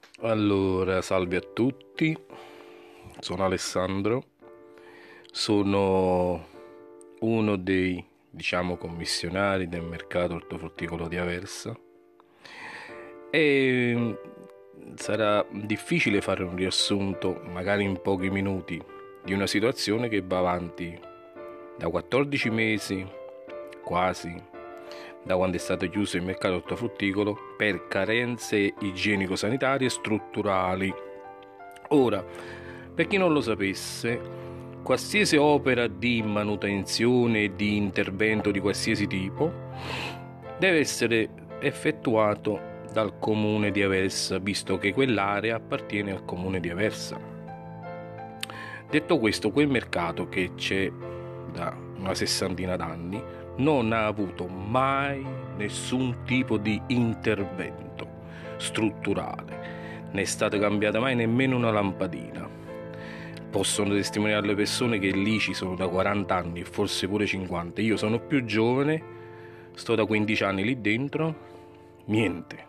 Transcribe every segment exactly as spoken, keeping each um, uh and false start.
Allora, salve a tutti, sono Alessandro, sono uno dei, diciamo, commissionari del mercato ortofrutticolo di Aversa e sarà difficile fare un riassunto, magari in pochi minuti, di una situazione che va avanti da quattordici mesi, quasi, da quando è stato chiuso il mercato ortofrutticolo per carenze igienico-sanitarie strutturali. Ora, per chi non lo sapesse, qualsiasi opera di manutenzione e di intervento di qualsiasi tipo deve essere effettuato dal comune di Aversa, visto che quell'area appartiene al comune di Aversa. Detto questo, quel mercato che c'è da una sessantina d'anni non ha avuto mai nessun tipo di intervento strutturale, né è stata cambiata mai nemmeno una lampadina. Possono testimoniare le persone che lì ci sono da quaranta anni, forse pure cinquanta. Io sono più giovane, sto da quindici anni lì dentro, niente.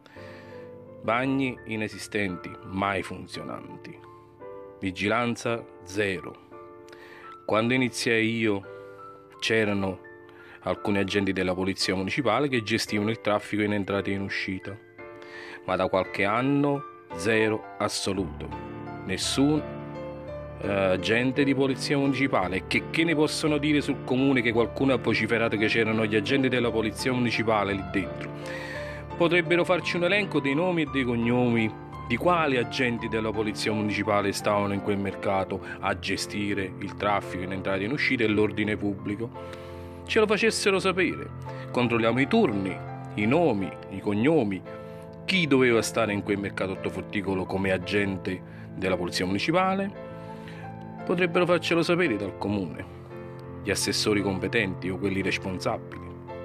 Bagni inesistenti, mai funzionanti. Vigilanza zero. Quando iniziai io c'erano alcuni agenti della polizia municipale che gestivano il traffico in entrata e in uscita, ma da qualche anno zero assoluto. Nessun eh, agente di polizia municipale. Che, che ne possono dire sul comune che qualcuno ha vociferato che c'erano gli agenti della polizia municipale lì dentro? Potrebbero farci un elenco dei nomi e dei cognomi di quali agenti della polizia municipale stavano in quel mercato a gestire il traffico in entrata e in uscita e l'ordine pubblico. Ce lo facessero sapere. Controlliamo i turni, i nomi, i cognomi, chi doveva stare in quel mercato ortofrutticolo come agente della polizia municipale. Potrebbero farcelo sapere dal comune, gli assessori competenti o quelli responsabili.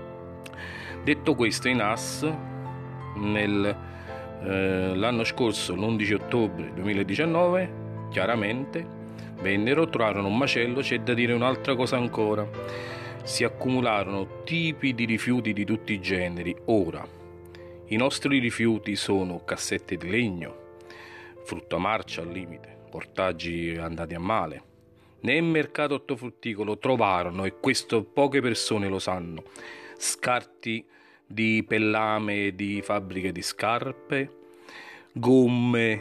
Detto questo, in A S nel eh, l'anno scorso, l'undici ottobre duemiladiciannove, chiaramente vennero, trovarono un macello. C'è da dire un'altra cosa ancora: si accumularono tipi di rifiuti di tutti i generi. Ora, i nostri rifiuti sono cassette di legno, frutta marcia al limite, ortaggi andati a male. Nel mercato ortofrutticolo trovarono, e questo poche persone lo sanno, scarti di pellame di fabbriche di scarpe, gomme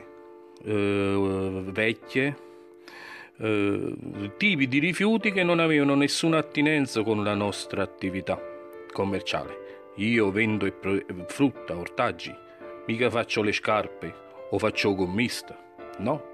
eh, vecchie, eh, tipi di rifiuti che non avevano nessuna attinenza con la nostra attività commerciale. Io vendo frutta, ortaggi, mica faccio le scarpe o faccio gommista, no?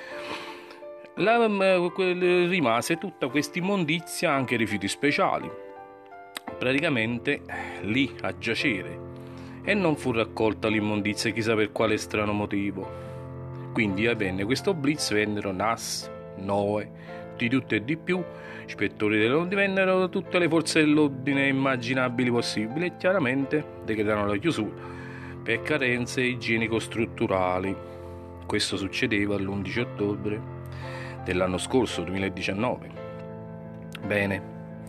La, rimase tutta questa immondizia, anche rifiuti speciali, praticamente lì a giacere, e non fu raccolta l'immondizia chissà per quale strano motivo. Quindi avvenne questo blitz, vennero N A S, N O E, di tutto e di più, ispettori dell'ordine, vennero tutte le forze dell'ordine immaginabili possibili e chiaramente decretarono la chiusura per carenze igienico-strutturali. Questo succedeva l'undici ottobre dell'anno scorso, duemiladiciannove. Bene,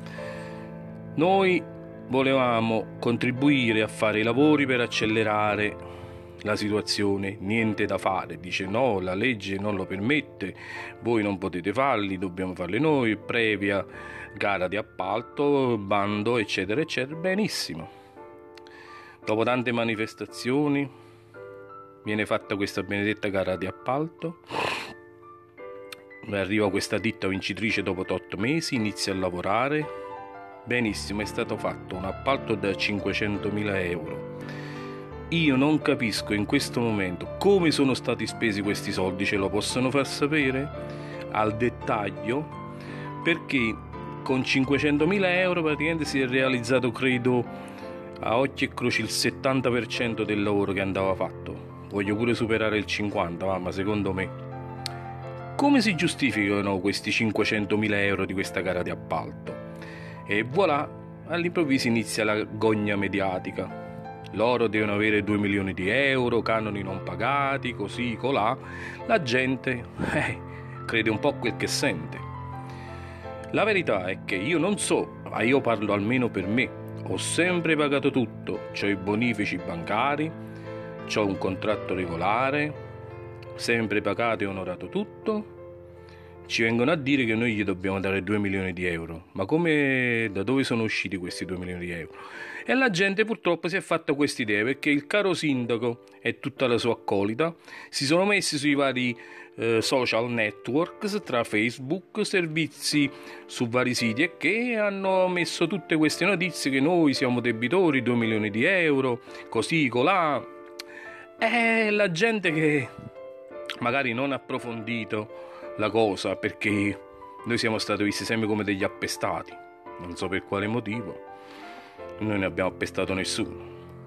noi volevamo contribuire a fare i lavori per accelerare la situazione. Niente da fare, dice no, la legge non lo permette, voi non potete farli, dobbiamo farli noi, previa gara di appalto, bando, eccetera eccetera. Benissimo, dopo tante manifestazioni viene fatta questa benedetta gara di appalto, arriva questa ditta vincitrice dopo otto mesi, inizia a lavorare. Benissimo, è stato fatto un appalto da cinquecentomila euro. Io non capisco in questo momento come sono stati spesi questi soldi. Ce lo possono far sapere al dettaglio? Perché con cinquecentomila euro praticamente si è realizzato, credo, a occhi e croci il settanta per cento del lavoro che andava fatto. Voglio pure superare il cinquanta per cento, ma secondo me come si giustificano questi cinquecentomila euro di questa gara di appalto? E voilà, all'improvviso inizia la gogna mediatica. Loro devono avere due milioni di euro, canoni non pagati, così, colà. La gente eh, crede un po' a quel che sente. La verità è che io non so, ma io parlo almeno per me, ho sempre pagato tutto, c'ho i bonifici bancari, c'ho un contratto regolare, sempre pagato e onorato tutto, ci vengono a dire che noi gli dobbiamo dare due milioni di euro. Ma come, da dove sono usciti questi due milioni di euro? E la gente purtroppo si è fatta questa idea, perché il caro sindaco e tutta la sua accolita si sono messi sui vari eh, social networks, tra Facebook, servizi su vari siti, e che hanno messo tutte queste notizie che noi siamo debitori due milioni di euro, così colà. E la gente che magari non ha approfondito la cosa, perché noi siamo stati visti sempre come degli appestati, non so per quale motivo, noi ne abbiamo appestato nessuno,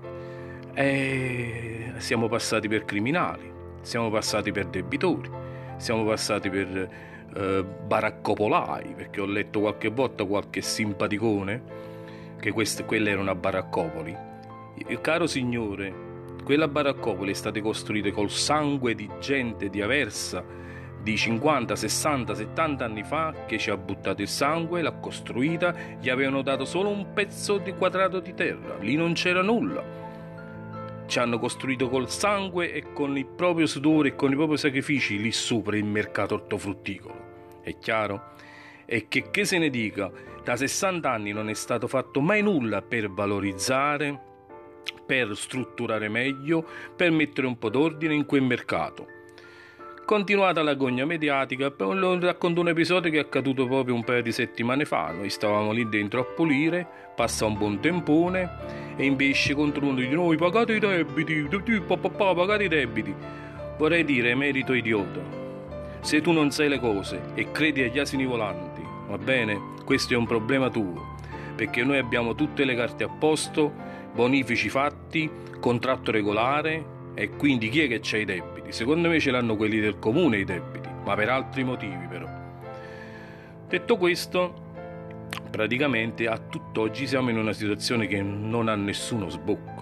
e siamo passati per criminali, siamo passati per debitori, siamo passati per eh, baraccopolai, perché ho letto qualche volta qualche simpaticone che questa, quella era una baraccopoli. Il caro signore, quella baraccopoli è stata costruita col sangue di gente di Aversa di cinquanta, sessanta, settanta anni fa, che ci ha buttato il sangue, l'ha costruita, gli avevano dato solo un pezzo di quadrato di terra, lì non c'era nulla. Ci hanno costruito col sangue e con il proprio sudore e con i propri sacrifici lì sopra il mercato ortofrutticolo. È chiaro? E che, che se ne dica, da sessanta anni non è stato fatto mai nulla per valorizzare, per strutturare meglio, per mettere un po' d'ordine in quel mercato. Continuata l'agonia mediatica, racconto un episodio che è accaduto proprio un paio di settimane fa. Noi stavamo lì dentro a pulire, passa un buon tempone e invece contro uno di noi: pagate i debiti, papà, pagate i debiti. Vorrei dire, emerito idiota, se tu non sai le cose e credi agli asini volanti, va bene? Questo è un problema tuo, perché noi abbiamo tutte le carte a posto, bonifici fatti, contratto regolare, e quindi chi è che c'ha i debiti? Secondo me ce l'hanno quelli del comune i debiti, ma per altri motivi però. Detto questo, praticamente a tutt'oggi siamo in una situazione che non ha nessuno sbocco,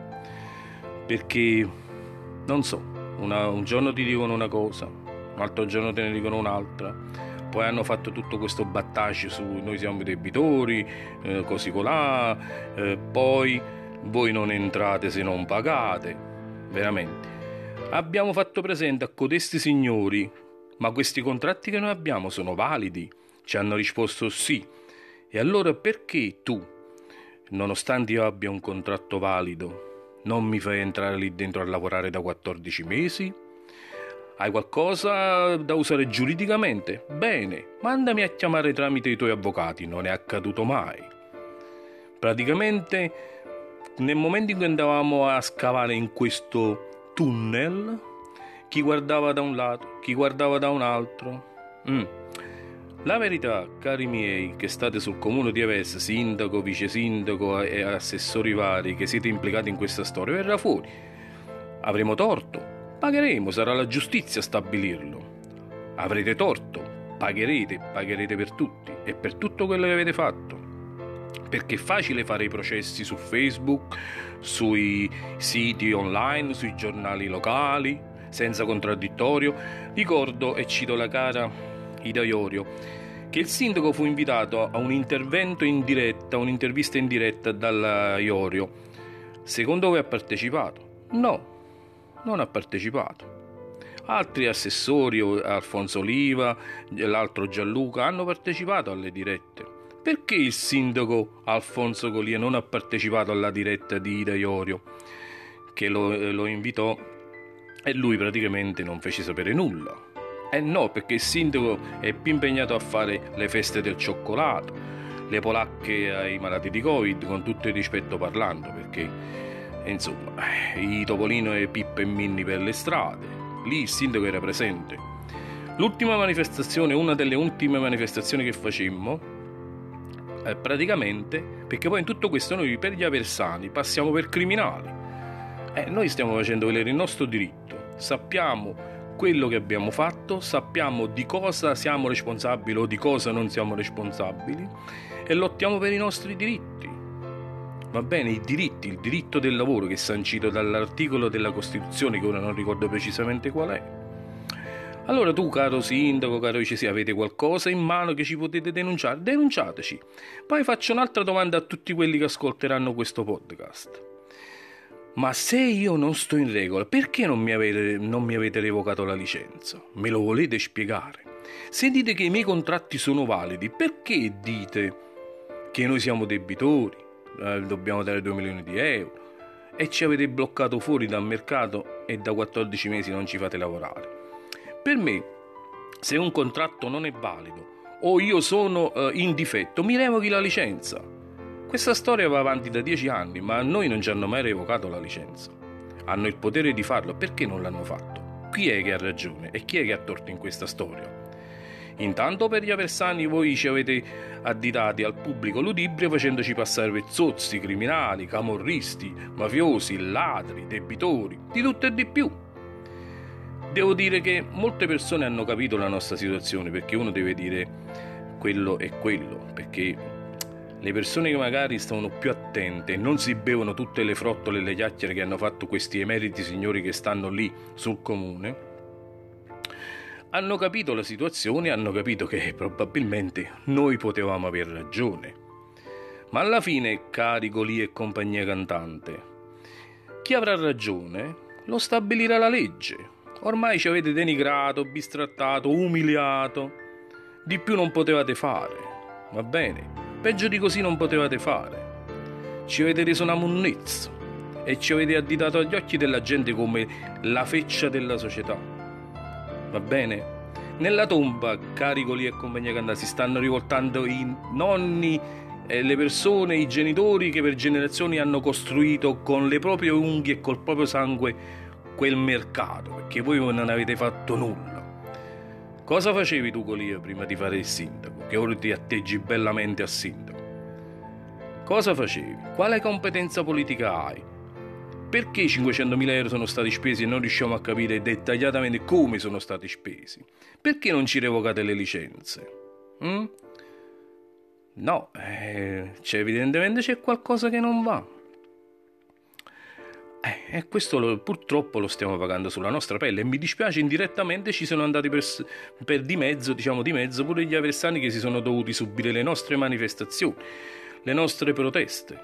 perché non so, una, un giorno ti dicono una cosa, un altro giorno te ne dicono un'altra, poi hanno fatto tutto questo battaglio su noi siamo i debitori, eh, così colà, eh, poi voi non entrate se non pagate. Veramente abbiamo fatto presente a codesti signori: ma questi contratti che noi abbiamo sono validi? Ci hanno risposto sì. E allora perché tu, nonostante io abbia un contratto valido, non mi fai entrare lì dentro a lavorare da quattordici mesi? Hai qualcosa da usare giuridicamente? Bene, mandami a chiamare tramite i tuoi avvocati. Non è accaduto mai. Praticamente nel momento in cui andavamo a scavare in questo tunnel, chi guardava da un lato, chi guardava da un altro. Mm. La verità, cari miei, che state sul comune di Aversa, sindaco, vice sindaco e assessori vari, che siete implicati in questa storia, verrà fuori. Avremo torto, pagheremo, sarà la giustizia a stabilirlo. Avrete torto, pagherete, pagherete per tutti e per tutto quello che avete fatto. Perché è facile fare i processi su Facebook, sui siti online, sui giornali locali, senza contraddittorio. Ricordo, e cito la cara Ida Iorio, che il sindaco fu invitato a un intervento in diretta, un'intervista in diretta dalla Iorio. Secondo voi ha partecipato? No, non ha partecipato. Altri assessori, Alfonso Oliva, l'altro Gianluca, hanno partecipato alle dirette. Perché il sindaco Alfonso Colia non ha partecipato alla diretta di Ida Iorio, che lo, lo invitò, e lui praticamente non fece sapere nulla? Eh no, perché il sindaco è più impegnato a fare le feste del cioccolato, le polacche ai malati di Covid, con tutto il rispetto parlando, perché insomma i Topolino e Pippo e Minni per le strade, lì il sindaco era presente. L'ultima manifestazione, una delle ultime manifestazioni che facemmo, Eh, praticamente, perché poi in tutto questo noi per gli aversani passiamo per criminali. Eh, noi stiamo facendo vedere il nostro diritto, sappiamo quello che abbiamo fatto, sappiamo di cosa siamo responsabili o di cosa non siamo responsabili e lottiamo per i nostri diritti. Va bene, i diritti, il diritto del lavoro che è sancito dall'articolo della Costituzione, che ora non ricordo precisamente qual è. Allora tu, caro sindaco, caro vice sindaco, avete qualcosa in mano che ci potete denunciare? Denunciateci. Poi faccio un'altra domanda a tutti quelli che ascolteranno questo podcast. Ma se io non sto in regola, perché non mi avete, non mi avete revocato la licenza? Me lo volete spiegare? Se dite che i miei contratti sono validi, perché dite che noi siamo debitori, eh, dobbiamo dare due milioni di euro e ci avete bloccato fuori dal mercato e da quattordici mesi non ci fate lavorare? Per me, se un contratto non è valido o io sono eh, in difetto, mi revochi la licenza. Questa storia va avanti da dieci anni, ma a noi non ci hanno mai revocato la licenza. Hanno il potere di farlo, perché non l'hanno fatto? Chi è che ha ragione e chi è che ha torto in questa storia? Intanto per gli avversani voi ci avete additati al pubblico ludibrio facendoci passare per zozzi, criminali, camorristi, mafiosi, ladri, debitori, di tutto e di più. Devo dire che molte persone hanno capito la nostra situazione, perché uno deve dire quello e quello, perché le persone che magari stavano più attente e non si bevono tutte le frottole e le chiacchiere che hanno fatto questi emeriti signori che stanno lì sul comune, hanno capito la situazione, hanno capito che probabilmente noi potevamo aver ragione. Ma alla fine, cari Golia e compagnia cantante, chi avrà ragione lo stabilirà la legge. Ormai ci avete denigrato, bistrattato, umiliato. Di più non potevate fare, va bene? Peggio di così non potevate fare. Ci avete reso una monnezza e ci avete additato agli occhi della gente come la feccia della società. Va bene? Nella tomba, cari Golia e compagnia cantante, si stanno rivoltando i nonni, eh, le persone, i genitori che per generazioni hanno costruito con le proprie unghie e col proprio sangue quel mercato, perché voi non avete fatto nulla. Cosa facevi tu, Golia, prima di fare il sindaco, che ora ti atteggi bellamente a sindaco? Cosa facevi? Quale competenza politica hai? Perché cinquecentomila euro sono stati spesi e non riusciamo a capire dettagliatamente come sono stati spesi? Perché non ci revocate le licenze? Mm? No, eh, cioè, evidentemente c'è qualcosa che non va. Eh, e questo lo, purtroppo lo stiamo pagando sulla nostra pelle e mi dispiace, indirettamente ci sono andati per, per di mezzo, diciamo di mezzo, pure gli avversari che si sono dovuti subire le nostre manifestazioni, le nostre proteste.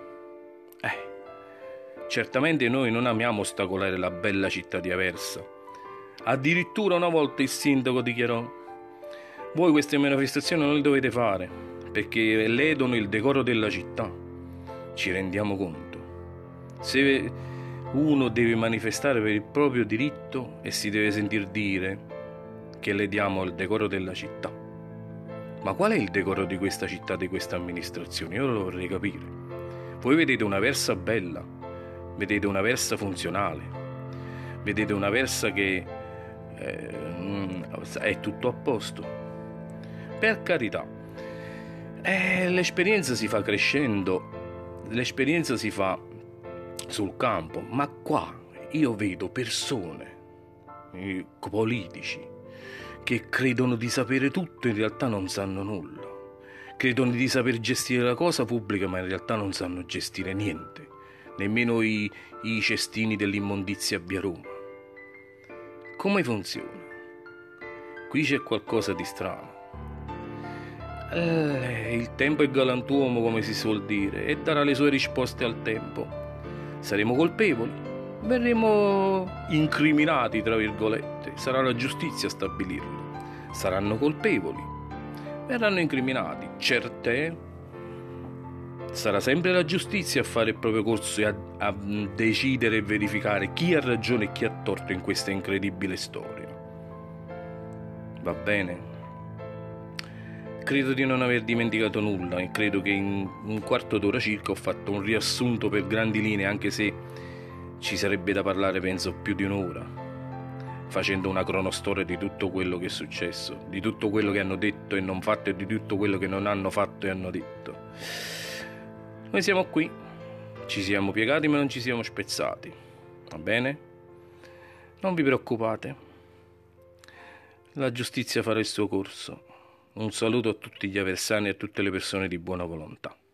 Eh, certamente noi non amiamo ostacolare la bella città di Aversa. Addirittura una volta il sindaco dichiarò: voi queste manifestazioni non le dovete fare perché ledono il decoro della città. Ci rendiamo conto? Se uno deve manifestare per il proprio diritto e si deve sentir dire che le diamo il decoro della città, ma qual è il decoro di questa città, di questa amministrazione? Io lo vorrei capire. Voi vedete una Versa bella, vedete una Versa funzionale, vedete una Versa che eh, è tutto a posto, per carità. Eh, l'esperienza si fa crescendo, l'esperienza si fa sul campo, ma qua io vedo persone, eh, politici, che credono di sapere tutto e in realtà non sanno nulla, credono di saper gestire la cosa pubblica ma in realtà non sanno gestire niente, nemmeno i, i cestini dell'immondizia a via Roma. Come funziona? Qui c'è qualcosa di strano. Eh, il tempo è galantuomo, come si suol dire, e darà le sue risposte al tempo. Saremo colpevoli, verremo incriminati, tra virgolette, sarà la giustizia a stabilirlo. Saranno colpevoli, verranno incriminati. Certe sarà sempre la giustizia a fare il proprio corso e a, a decidere e verificare chi ha ragione e chi ha torto in questa incredibile storia. Va bene? Credo di non aver dimenticato nulla e credo che in un quarto d'ora circa ho fatto un riassunto per grandi linee, anche se ci sarebbe da parlare penso più di un'ora, facendo una cronostoria di tutto quello che è successo, di tutto quello che hanno detto e non fatto e di tutto quello che non hanno fatto e hanno detto. Noi siamo qui, ci siamo piegati ma non ci siamo spezzati, va bene? Non vi preoccupate, la giustizia farà il suo corso. Un saluto a tutti gli avversari e a tutte le persone di buona volontà.